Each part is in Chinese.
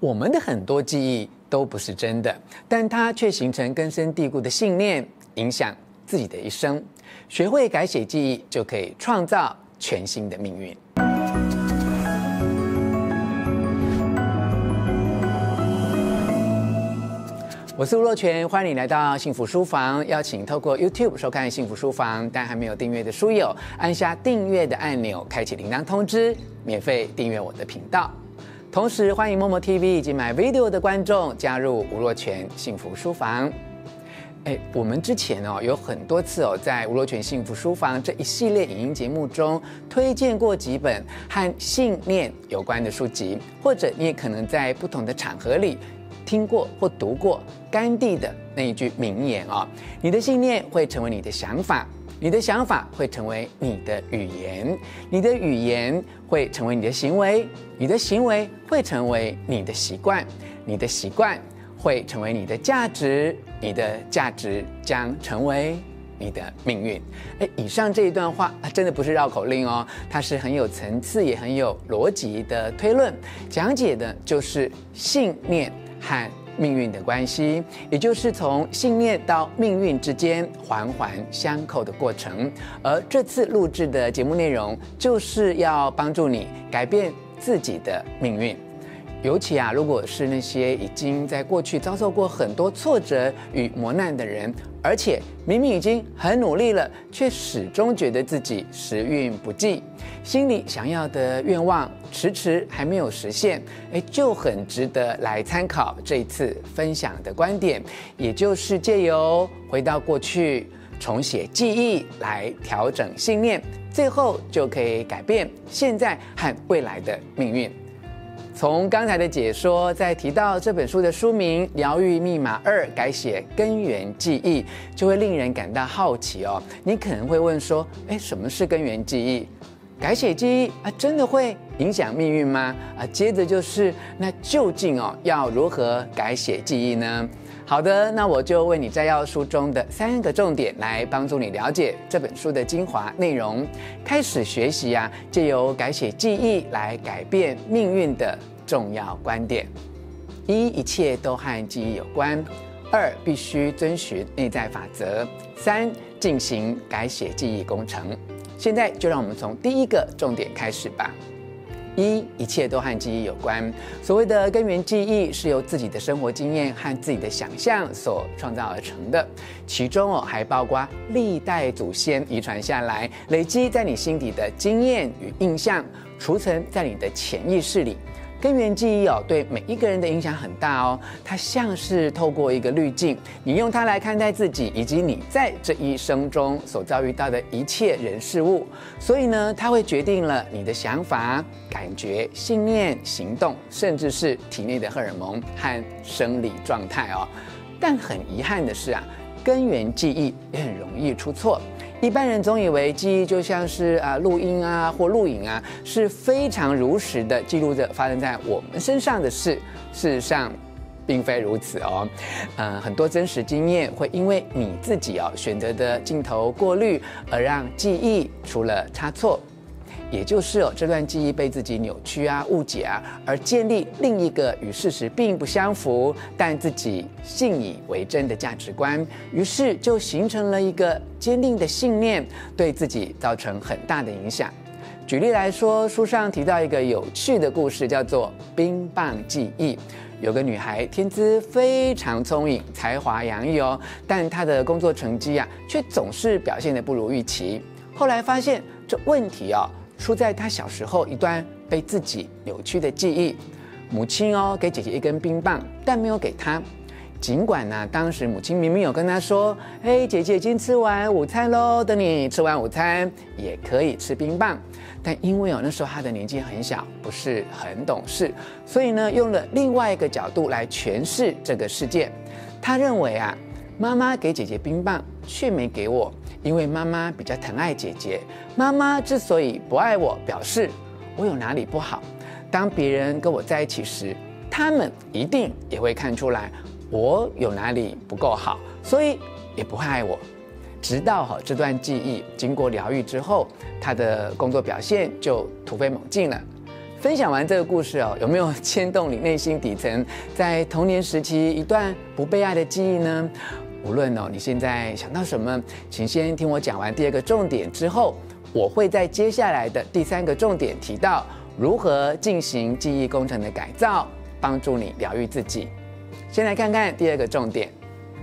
我们的很多记忆都不是真的，但它却形成根深蒂固的信念，影响自己的一生。学会改写记忆，就可以创造全新的命运。我是吴若权，欢迎你来到幸福书房。邀请透过 YouTube 收看幸福书房，但还没有订阅的书友，按下订阅的按钮，开启铃铛通知，免费订阅我的频道。同时欢迎默默 TV 以及买 video 的观众加入吴若权幸福书房。我们之前有很多次在吴若权幸福书房这一系列影音节目中推荐过几本和信念有关的书籍，或者你也可能在不同的场合里听过或读过甘地的那一句名言你的信念会成为你的想法，你的想法会成为你的语言，你的语言会成为你的行为，你的行为会成为你的习惯，你的习惯会成为你的价值，你的价值将成为你的命运。以上这一段话真的不是绕口令它是很有层次也很有逻辑的推论，讲解的就是信念和命运的关系，也就是从信念到命运之间环环相扣的过程。而这次录制的节目内容就是要帮助你改变自己的命运。尤其如果是那些已经在过去遭受过很多挫折与磨难的人，而且明明已经很努力了，却始终觉得自己时运不济，心里想要的愿望迟迟还没有实现，就很值得来参考这一次分享的观点，也就是借由回到过去，重写记忆来调整信念，最后就可以改变现在和未来的命运。从刚才的解说，再提到这本书的书名《疗愈密码2：改写根源记忆》，就会令人感到好奇你可能会问说，什么是根源记忆？改写记忆真的会影响命运吗？接着就是那究竟要如何改写记忆呢？好的，那我就为你摘要书中的3个重点，来帮助你了解这本书的精华内容，开始学习借由改写记忆来改变命运的重要观点。1. 一切都和记忆有关。2. 必须遵循内在法则。3. 进行改写记忆工程。现在就让我们从第一个重点开始吧。1. 一切都和记忆有关。所谓的根源记忆是由自己的生活经验和自己的想象所创造而成的，其中还包括历代祖先遗传下来，累积在你心底的经验与印象，储存在你的潜意识里。根源记忆对每一个人的影响很大它像是透过一个滤镜，你用它来看待自己以及你在这一生中所遭遇到的一切人事物，所以呢，它会决定了你的想法、感觉、信念、行动，甚至是体内的荷尔蒙和生理状态但很遗憾的是根源记忆也很容易出错。一般人总以为记忆就像是录音或录影是非常如实的记录着发生在我们身上的事，事实上并非如此很多真实经验会因为你自己选择的镜头过滤而让记忆出了差错，也就是这段记忆被自己扭曲误解而建立另一个与事实并不相符但自己信以为真的价值观，于是就形成了一个坚定的信念，对自己造成很大的影响。举例来说，书上提到一个有趣的故事，叫做冰棒记忆。有个女孩天资非常聪颖，才华洋溢但她的工作成绩却总是表现得不如预期。后来发现这问题出在她小时候一段被自己扭曲的记忆。母亲给姐姐一根冰棒，但没有给她。尽管当时母亲明明有跟她说，姐姐已经吃完午餐咯，等你吃完午餐也可以吃冰棒，但因为那时候她的年纪很小，不是很懂事，所以呢，用了另外一个角度来诠释这个事件。她认为妈妈给姐姐冰棒却没给我，因为妈妈比较疼爱姐姐。妈妈之所以不爱我，表示我有哪里不好。当别人跟我在一起时，他们一定也会看出来我有哪里不够好，所以也不会爱我。直到这段记忆经过疗愈之后，他的工作表现就突飞猛进了。 分享完这个故事哦，有没有牵动你内心底层在童年时期一段不被爱的记忆呢？无论你现在想到什么，请先听我讲完第2个重点之后，我会在接下来的第3个重点提到如何进行记忆工程的改造，帮助你疗愈自己。先来看看第2个重点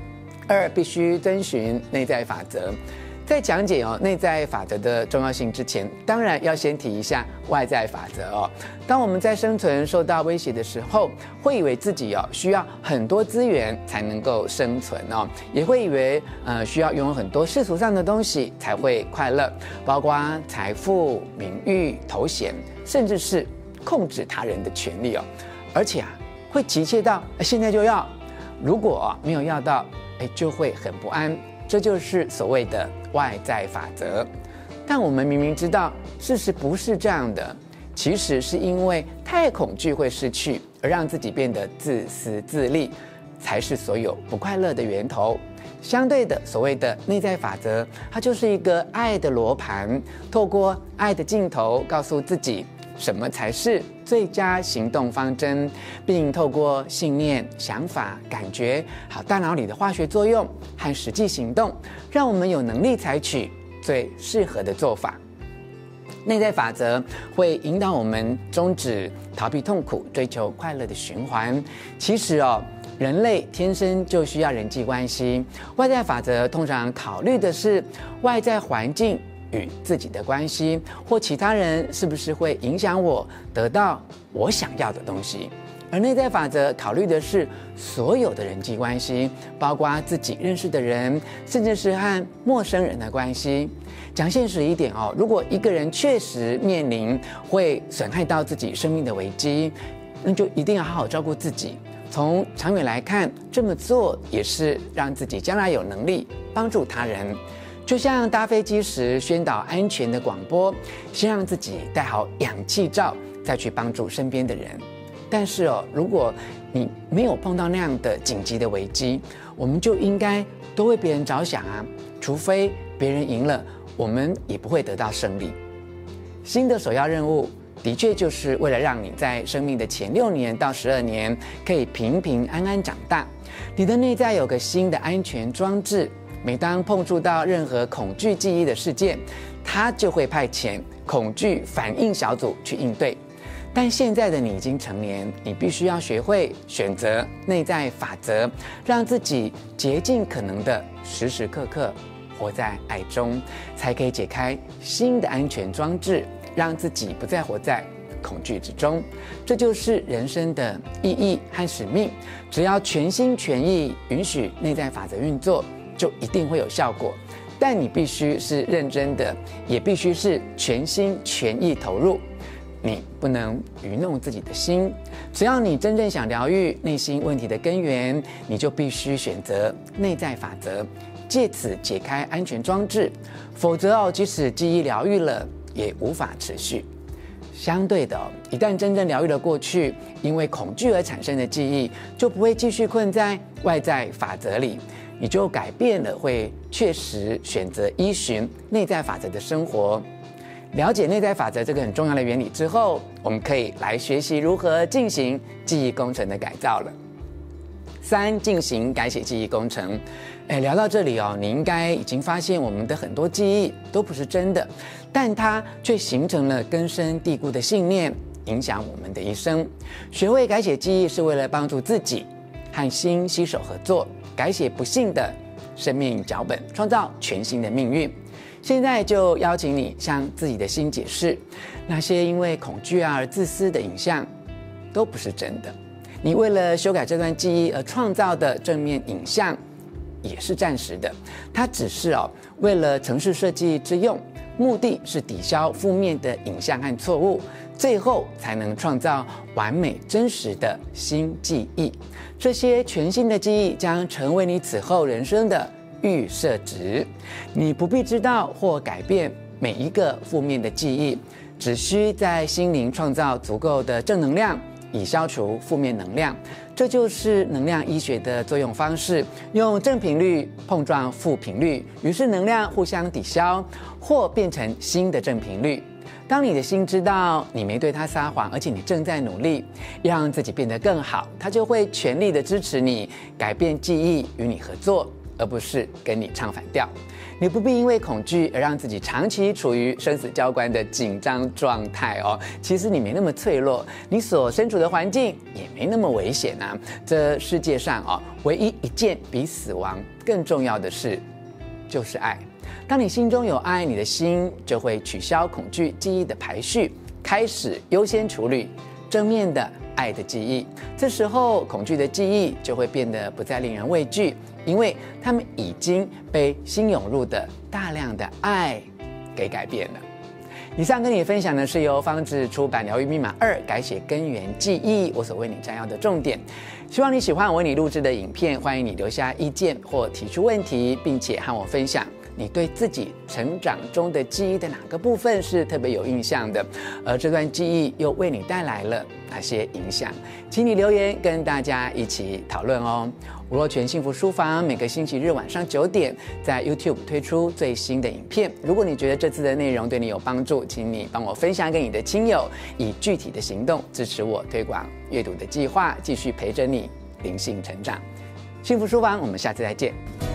，2必须遵循内在法则。在讲解内在法则的重要性之前，当然要先提一下外在法则哦。当我们在生存受到威胁的时候，会以为自己需要很多资源才能够生存哦，也会以为需要拥有很多世俗上的东西才会快乐，包括财富、名誉、头衔，甚至是控制他人的权利哦。而且会急切到现在就要，如果没有要到，就会很不安。这就是所谓的外在法则。但我们明明知道事实不是这样的，其实是因为太恐惧会失去，而让自己变得自私自利，才是所有不快乐的源头。相对的，所谓的内在法则，它就是一个爱的罗盘，透过爱的镜头告诉自己什么才是最佳行动方针，并透过信念、想法、感觉，好大脑里的化学作用和实际行动，让我们有能力采取最适合的做法。内在法则会引导我们终止逃避痛苦、追求快乐的循环。其实人类天生就需要人际关系。外在法则通常考虑的是外在环境与自己的关系，或其他人是不是会影响我得到我想要的东西。而内在法则考虑的是所有的人际关系，包括自己认识的人，甚至是和陌生人的关系。讲现实一点如果一个人确实面临会损害到自己生命的危机，那就一定要好好照顾自己。从长远来看，这么做也是让自己将来有能力帮助他人。就像搭飞机时宣导安全的广播，先让自己戴好氧气罩，再去帮助身边的人。但是如果你没有碰到那样的紧急的危机，我们就应该多为别人着想啊，除非别人赢了，我们也不会得到胜利。新的首要任务的确就是为了让你在生命的前6年到12年可以平平安安长大。你的内在有个新的安全装置，每当碰触到任何恐惧记忆的事件，它就会派遣恐惧反应小组去应对。但现在的你已经成年，你必须要学会选择内在法则，让自己竭尽可能的时时刻刻活在爱中，才可以解开新的安全装置，让自己不再活在恐惧之中。这就是人生的意义和使命。只要全心全意允许内在法则运作，就一定会有效果。但你必须是认真的，也必须是全心全意投入。你不能愚弄自己的心。只要你真正想疗愈内心问题的根源，你就必须选择内在法则，借此解开安全装置。否则即使记忆疗愈了，也无法持续。相对的一旦真正疗愈了过去因为恐惧而产生的记忆，就不会继续困在外在法则里，你就改变了，会确实选择依循内在法则的生活。了解内在法则这个很重要的原理之后，我们可以来学习如何进行记忆工程的改造了。3、进行改写记忆工程。聊到这里你应该已经发现我们的很多记忆都不是真的，但它却形成了根深蒂固的信念，影响我们的一生。学会改写记忆是为了帮助自己和心携手合作，改写不幸的生命脚本，创造全新的命运。现在就邀请你向自己的心解释，那些因为恐惧而自私的影像都不是真的。你为了修改这段记忆而创造的正面影像也是暂时的，它只是为了程式设计之用，目的是抵消负面的影像和错误，最后才能创造完美真实的新记忆。这些全新的记忆将成为你此后人生的预设值。你不必知道或改变每一个负面的记忆，只需在心灵创造足够的正能量，以消除负面能量。这就是能量医学的作用方式，用正频率碰撞负频率，于是能量互相抵消，或变成新的正频率。 当你的心知道你没对他撒谎，而且你正在努力让自己变得更好，他就会全力的支持你，改变记忆，与你合作，而不是跟你唱反调。你不必因为恐惧而让自己长期处于生死交关的紧张状态哦。其实你没那么脆弱，你所身处的环境也没那么危险啊。这世界上唯一一件比死亡更重要的事，就是爱。当你心中有爱，你的心就会取消恐惧记忆的排序，开始优先处理正面的爱的记忆。这时候恐惧的记忆就会变得不再令人畏惧，因为他们已经被新涌入的大量的爱给改变了。以上跟你分享的是由方智出版《疗愈密码2：改写根源记忆》我所为你摘要的重点。希望你喜欢我为你录制的影片，欢迎你留下意见或提出问题，并且和我分享你对自己成长中的记忆的哪个部分是特别有印象的，而这段记忆又为你带来了哪些影响？请你留言跟大家一起讨论哦。吴若权幸福书房每个星期日晚上9点在 YouTube 推出最新的影片。如果你觉得这次的内容对你有帮助，请你帮我分享给你的亲友，以具体的行动支持我推广阅读的计划，继续陪着你灵性成长。幸福书房，我们下次再见。